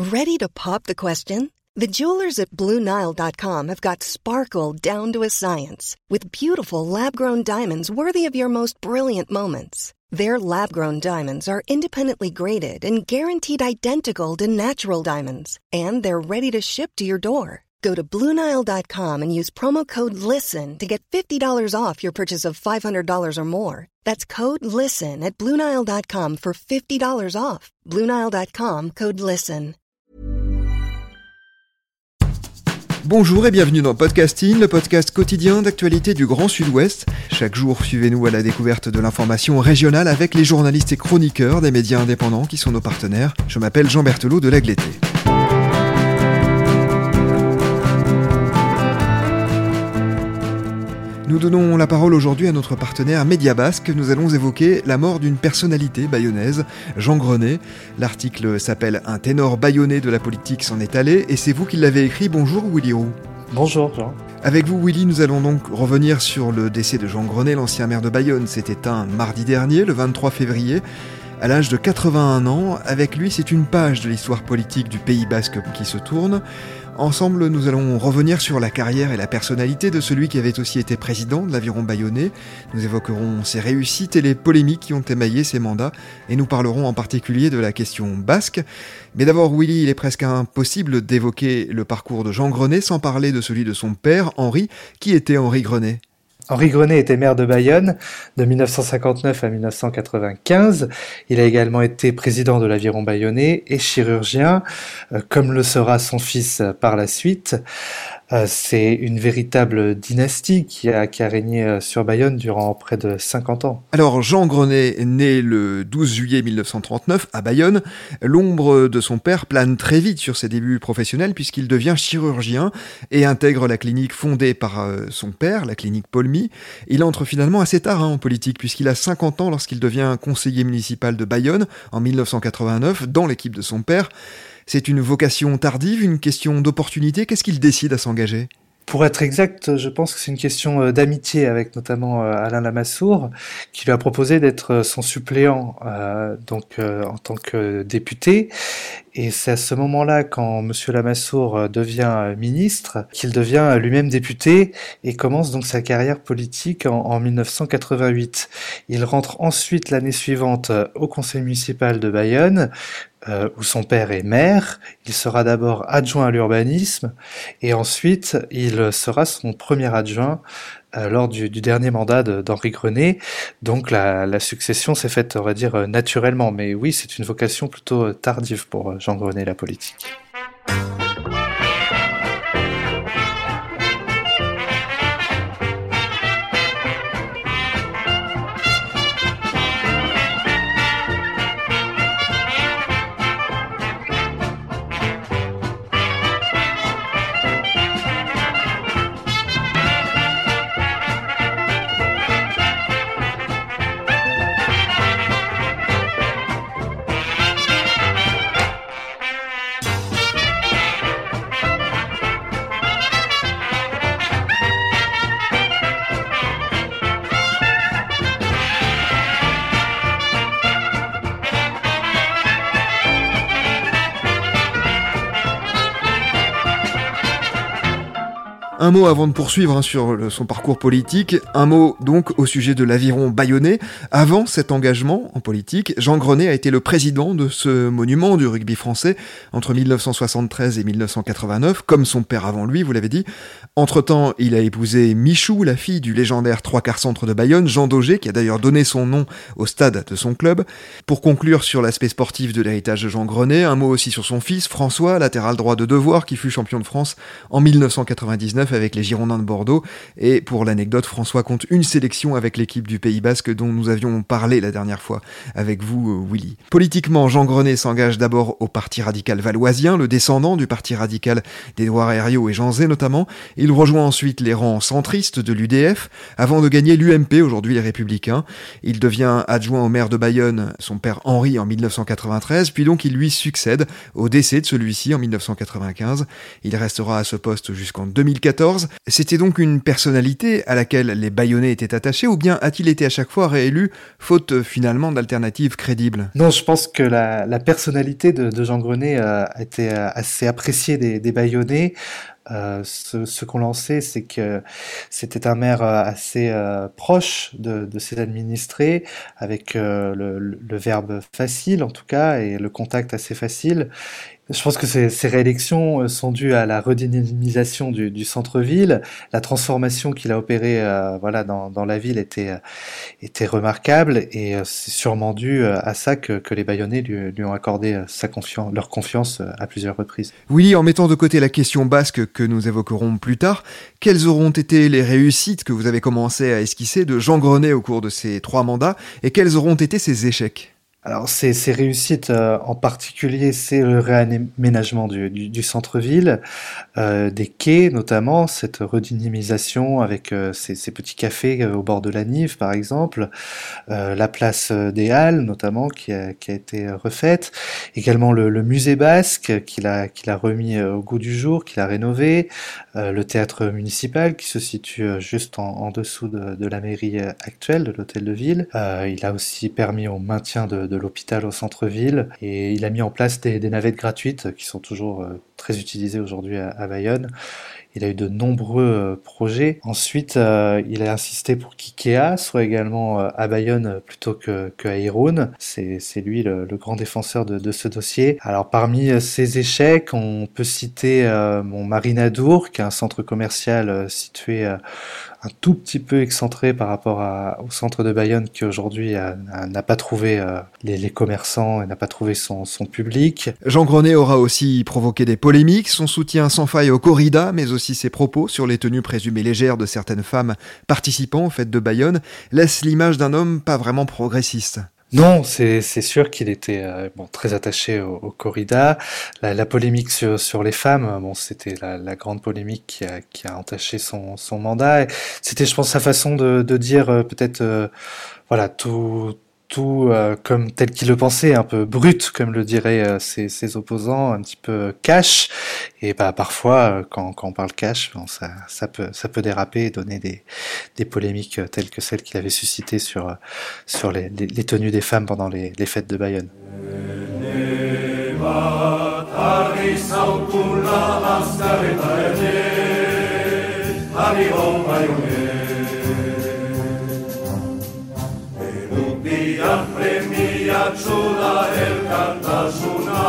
Ready to pop the question? The jewelers at BlueNile.com have got sparkle down to a science with beautiful lab-grown diamonds worthy of your most brilliant moments. Their lab-grown diamonds are independently graded and guaranteed identical to natural diamonds, and they're ready to ship to your door. Go to BlueNile.com and use promo code LISTEN to get $50 off your purchase of $500 or more. That's code LISTEN at BlueNile.com for $50 off. BlueNile.com, code LISTEN. Bonjour et bienvenue dans Podcasting, le podcast quotidien d'actualité du Grand Sud-Ouest. Chaque jour, suivez-nous à la découverte de l'information régionale avec les journalistes et chroniqueurs des médias indépendants qui sont nos partenaires. Je m'appelle Jean Berthelot de L'Aigle-Été. Nous donnons la parole aujourd'hui à notre partenaire Média Basque. Nous allons évoquer la mort d'une personnalité bayonnaise, Jean Grenet. L'article s'appelle « Un ténor bayonnais de la politique s'en est allé » et c'est vous qui l'avez écrit. Bonjour Willy Roux. Bonjour Jean. Avec vous Willy, nous allons donc revenir sur le décès de Jean Grenet, l'ancien maire de Bayonne. C'était un mardi dernier, le 23 février. À l'âge de 81 ans, avec lui, c'est une page de l'histoire politique du Pays Basque qui se tourne. Ensemble, nous allons revenir sur la carrière et la personnalité de celui qui avait aussi été président de l'Aviron bayonnais. Nous évoquerons ses réussites et les polémiques qui ont émaillé ses mandats, et nous parlerons en particulier de la question basque. Mais d'abord, Willy, il est presque impossible d'évoquer le parcours de Jean Grenet sans parler de celui de son père, Henri. Qui était Henri Grenet ? Henri Grenet était maire de Bayonne de 1959 à 1995. Il a également été président de l'Aviron bayonnais et chirurgien, comme le sera son fils par la suite. C'est une véritable dynastie qui a régné sur Bayonne durant près de 50 ans. Alors, Jean Grenet est né le 12 juillet 1939 à Bayonne. L'ombre de son père plane très vite sur ses débuts professionnels puisqu'il devient chirurgien et intègre la clinique fondée par son père, la clinique Paulmy. Il entre finalement assez tard en politique puisqu'il a 50 ans lorsqu'il devient conseiller municipal de Bayonne en 1989 dans l'équipe de son père. C'est une vocation tardive, une question d'opportunité. Qu'est-ce qu'il décide à s'engager ? Pour être exact, je pense que c'est une question d'amitié avec notamment Alain Lamassoure, qui lui a proposé d'être son suppléant en tant que député. Et c'est à ce moment-là, quand M. Lamassoure devient ministre, qu'il devient lui-même député et commence donc sa carrière politique en 1988. Il rentre ensuite l'année suivante au conseil municipal de Bayonne, où son père est maire. Il sera d'abord adjoint à l'urbanisme et ensuite il sera son premier adjoint lors du dernier mandat d'Henri Grenet. Donc la succession s'est faite, on va dire, naturellement. Mais oui, c'est une vocation plutôt tardive pour Jean Grenet, la politique. Un mot avant de poursuivre sur son parcours politique, un mot donc au sujet de l'Aviron bayonnais. Avant cet engagement en politique, Jean Grenet a été le président de ce monument du rugby français entre 1973 et 1989, comme son père avant lui, vous l'avez dit. Entre-temps, il a épousé Michou, la fille du légendaire trois-quarts centre de Bayonne, Jean Daugé, qui a d'ailleurs donné son nom au stade de son club. Pour conclure sur l'aspect sportif de l'héritage de Jean Grenet, un mot aussi sur son fils, François, latéral droit de Devoir, qui fut champion de France en 1999 avec les Girondins de Bordeaux. Et pour l'anecdote, François compte une sélection avec l'équipe du Pays Basque dont nous avions parlé la dernière fois avec vous, Willy. Politiquement, Jean Grenet s'engage d'abord au Parti radical valoisien, le descendant du Parti radical d'Édouard Herriot et Jean Zay notamment. Il rejoint ensuite les rangs centristes de l'UDF avant de gagner l'UMP, aujourd'hui les Républicains. Il devient adjoint au maire de Bayonne, son père Henri, en 1993, puis donc il lui succède au décès de celui-ci en 1995. Il restera à ce poste jusqu'en 2014 2014. C'était donc une personnalité à laquelle les Bayonnais étaient attachés, ou bien a-t-il été à chaque fois réélu, faute finalement d'alternatives crédibles? Non, je pense que la personnalité de Jean Grenet a été assez appréciée des Bayonnais. Ce qu'on en sait, c'est que c'était un maire assez proche de ses administrés, avec le verbe facile en tout cas, et le contact assez facile. Je pense que ces réélections sont dues à la redynamisation du centre-ville. La transformation qu'il a opérée voilà, dans la ville était remarquable, et c'est sûrement dû à ça que les Bayonnais lui ont accordé leur confiance à plusieurs reprises. Willy, en mettant de côté la question basque que nous évoquerons plus tard, quelles auront été les réussites que vous avez commencé à esquisser de Jean Grenet au cours de ces 3 mandats, et quels auront été ses échecs? Alors ces réussites en particulier, c'est le réaménagement du centre-ville, des quais notamment, cette redynamisation avec ces petits cafés au bord de la Nive par exemple, la place des Halles notamment qui a été refaite, également le musée basque qu'il a remis au goût du jour, qu'il a rénové, le théâtre municipal qui se situe juste en dessous de la mairie actuelle, de l'hôtel de ville. Il a aussi permis au maintien de l'hôpital au centre-ville, et il a mis en place des navettes gratuites qui sont toujours très utilisées aujourd'hui à Bayonne. Il a eu de nombreux projets. Ensuite, il a insisté pour qu'IKEA soit également à Bayonne plutôt qu'à Irun. C'est lui le grand défenseur de ce dossier. Alors parmi ses échecs, on peut citer Marinadour, qui est un centre commercial situé un tout petit peu excentré par rapport au centre de Bayonne, qui aujourd'hui n'a pas trouvé les commerçants et n'a pas trouvé son public. Jean Grenet aura aussi provoqué des polémiques, son soutien sans faille aux corridas, mais aussi ses propos sur les tenues présumées légères de certaines femmes participant aux fêtes de Bayonne, laissent l'image d'un homme pas vraiment progressiste. Non, c'est sûr qu'il était très attaché au corrida. La polémique sur les femmes, c'était la grande polémique qui a entaché son mandat. Et c'était, je pense, sa façon de dire peut-être voilà tout comme tel qu'il le pensait, un peu brut, comme le diraient ses opposants, un petit peu cash. Et parfois, quand on parle cash, ça peut déraper et donner des polémiques telles que celles qu'il avait suscitées sur les tenues des femmes pendant les fêtes de Bayonne. Premiatxula elkartasuna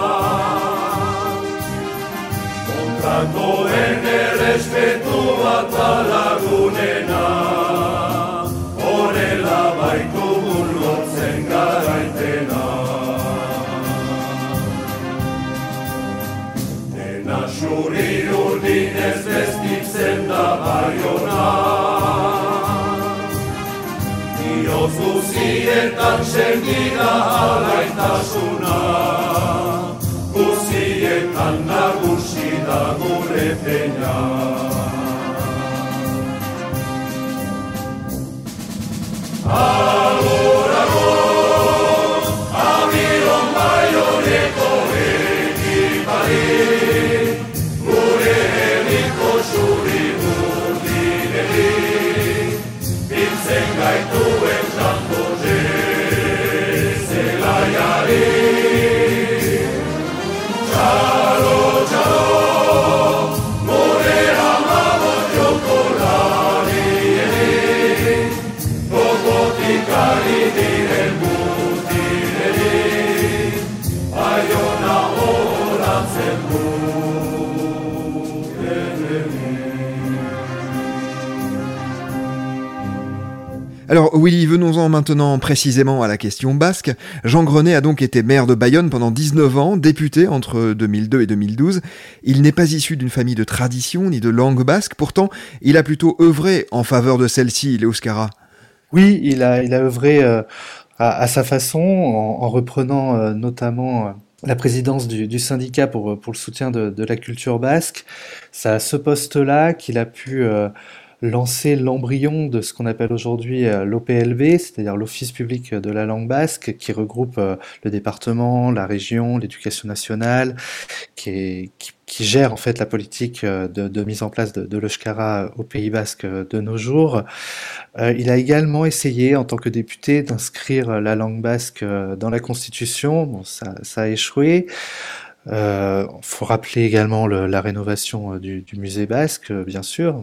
Kontratoen errespetu bat lagunena Horrela baitugun lortzen garaitena Dena xuri urdinez beztitzen da Baiona Guzietan sendida alaitasuna Guzietan nagusi da gure peina Agorago, amiron Baioneko ekipari Gure herriko xuri urdineri Biltzen gaituen Alors Willy, venons-en maintenant précisément à la question basque. Jean Grenet a donc été maire de Bayonne pendant 19 ans, député entre 2002 et 2012. Il n'est pas issu d'une famille de tradition ni de langue basque, pourtant il a plutôt œuvré en faveur de celle-ci, l'Euskara. Oui, il a œuvré à sa façon, en reprenant notamment la présidence du syndicat pour le soutien de la culture basque. C'est à ce poste-là qu'il a pu lancer l'embryon de ce qu'on appelle aujourd'hui l'OPLB, c'est-à-dire l'Office public de la langue basque, qui regroupe le département, la région, l'éducation nationale, qui gère en fait la politique de mise en place de l'Euskara au Pays Basque de nos jours. Il a également essayé, en tant que député, d'inscrire la langue basque dans la Constitution. Bon, ça a échoué. Faut rappeler également la rénovation du musée basque, bien sûr,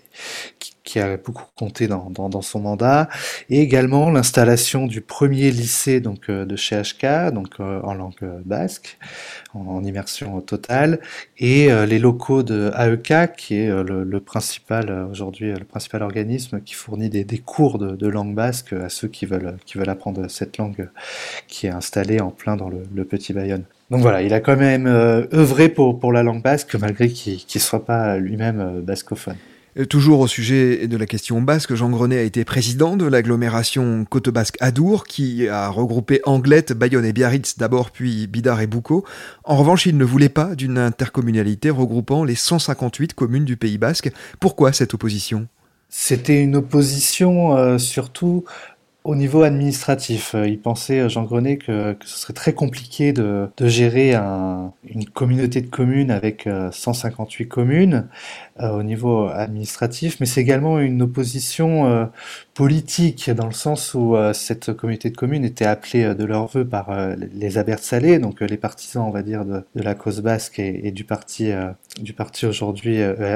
qui a beaucoup compté dans son mandat, et également l'installation du premier lycée donc de chez HK, donc en langue basque, en immersion totale, et les locaux de AEK, qui est le principal aujourd'hui le principal organisme qui fournit des cours de langue basque à ceux qui veulent apprendre cette langue qui est installée en plein dans le Petit Bayonne. Donc voilà, il a quand même œuvré pour la langue basque, malgré qu'il soit pas lui-même bascophone. Toujours au sujet de la question basque, Jean Grenet a été président de l'agglomération Côte Basque Adour, qui a regroupé Anglette, Bayonne et Biarritz d'abord, puis Bidart et Boucau. En revanche, il ne voulait pas d'une intercommunalité regroupant les 158 communes du Pays Basque. Pourquoi cette opposition ? C'était une opposition surtout au niveau administratif. Il pensait, Jean Grenet, que ce serait très compliqué de gérer une communauté de communes avec 158 communes au niveau administratif, mais c'est également une opposition politique, dans le sens où cette communauté de communes était appelée de leur vœu par les Abertzale, donc les partisans, on va dire, de la cause basque et du parti aujourd'hui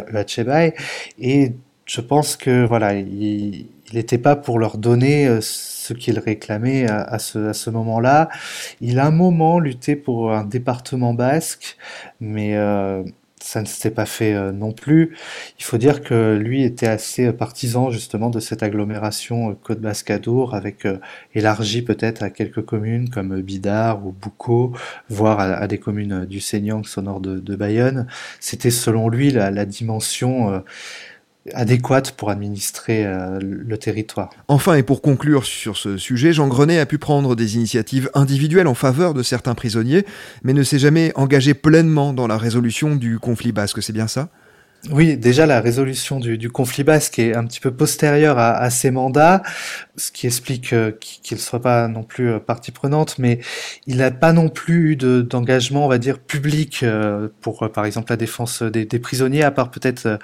EH et je pense que voilà, il n'était pas pour leur donner ce qu'ils réclamaient à ce moment-là. Il a un moment lutté pour un département basque, mais ça ne s'était pas fait non plus. Il faut dire que lui était assez partisan justement de cette agglomération Côte Basque Adour, avec élargie peut-être à quelques communes comme Bidart ou Boucau, voire à des communes du Seignanx au nord de Bayonne. C'était selon lui la dimension adéquate pour administrer le territoire. Enfin, et pour conclure sur ce sujet, Jean Grenet a pu prendre des initiatives individuelles en faveur de certains prisonniers, mais ne s'est jamais engagé pleinement dans la résolution du conflit basque, c'est bien ça ? Oui, déjà la résolution du conflit basque est un petit peu postérieure à ses mandats, ce qui explique qu'il ne soit pas non plus partie prenante, mais il n'a pas non plus eu d'engagement, on va dire, public pour, par exemple, la défense des prisonniers, à part peut-être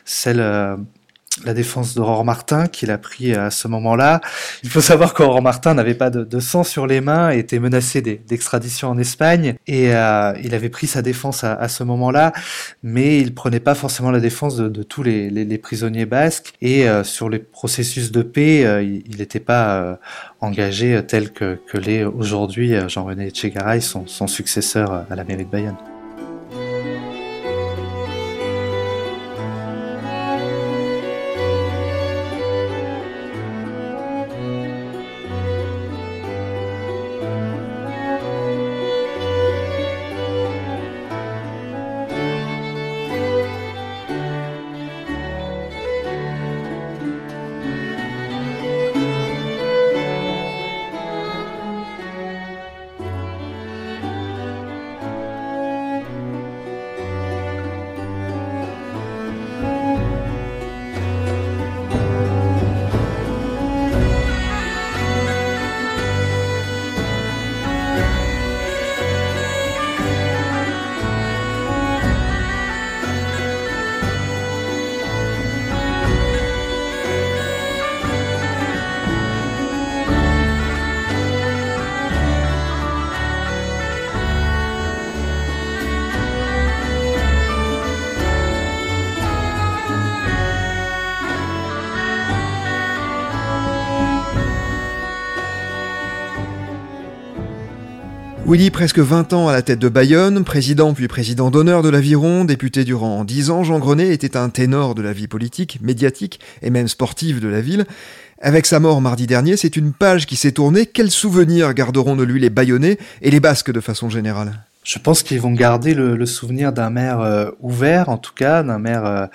la défense d'Aurore Martin qu'il a pris à ce moment-là. Il faut savoir qu'Aurore Martin n'avait pas de sang sur les mains et était menacé d'extradition en Espagne, et il avait pris sa défense à ce moment-là, mais il prenait pas forcément la défense de tous les prisonniers basques, et sur les processus de paix, il n'était pas engagé tel que l'est aujourd'hui Jean-René Etchegaray, son successeur à la mairie de Bayonne. Willy, presque 20 ans à la tête de Bayonne, président puis président d'honneur de l'Aviron, député durant 10 ans, Jean Grenet était un ténor de la vie politique, médiatique et même sportive de la ville. Avec sa mort mardi dernier, c'est une page qui s'est tournée. Quels souvenirs garderont de lui les Bayonnais et les Basques de façon générale ? Je pense qu'ils vont garder le souvenir d'un maire ouvert, en tout cas, d'un maire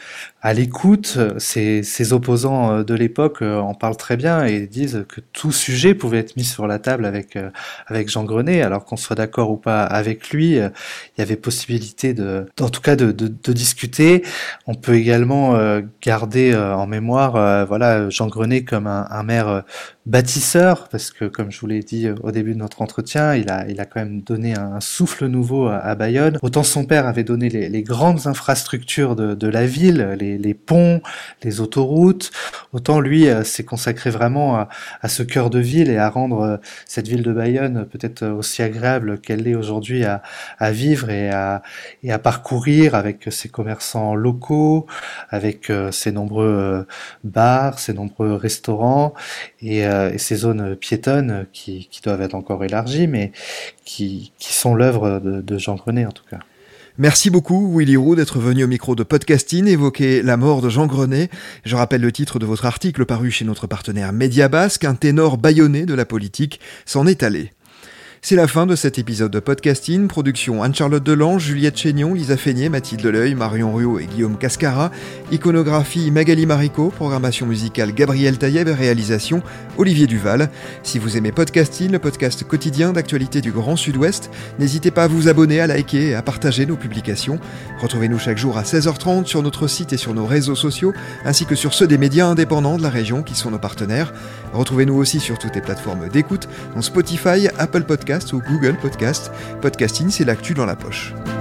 à l'écoute. Ses opposants de l'époque en parlent très bien et disent que tout sujet pouvait être mis sur la table avec Jean Grenet, alors qu'on soit d'accord ou pas avec lui, il y avait possibilité en tout cas de discuter. On peut également garder en mémoire Jean Grenet comme un maire bâtisseur, parce que comme je vous l'ai dit au début de notre entretien, il a quand même donné un souffle nouveau à Bayonne. Autant son père avait donné les grandes infrastructures de la ville, les ponts, les autoroutes, autant lui s'est consacré vraiment à ce cœur de ville et à rendre cette ville de Bayonne peut-être aussi agréable qu'elle l'est aujourd'hui à vivre et à parcourir, avec ses commerçants locaux, avec ses nombreux bars, ses nombreux restaurants et ces zones piétonnes qui doivent être encore élargies, mais qui sont l'œuvre de Jean Grenet en tout cas. Merci beaucoup Willy Roux d'être venu au micro de Podcasting évoquer la mort de Jean Grenet. Je rappelle le titre de votre article paru chez notre partenaire Média Basque, un ténor bayonnais de la politique s'en est allé. C'est la fin de cet épisode de Podcasting. Production Anne-Charlotte Delange, Juliette Chénion, Lisa Feignet, Mathilde Deleuil, Marion Ruot et Guillaume Cascara. Iconographie Magali Marico. Programmation musicale Gabriel Taïeb. Réalisation Olivier Duval. Si vous aimez Podcasting, le podcast quotidien d'actualité du Grand Sud-Ouest, n'hésitez pas à vous abonner, à liker et à partager nos publications. Retrouvez-nous chaque jour à 16h30 sur notre site et sur nos réseaux sociaux, ainsi que sur ceux des médias indépendants de la région qui sont nos partenaires. Retrouvez-nous aussi sur toutes les plateformes d'écoute, dont Spotify, Apple Podcasts ou Google Podcasts. Podcasting, c'est l'actu dans la poche.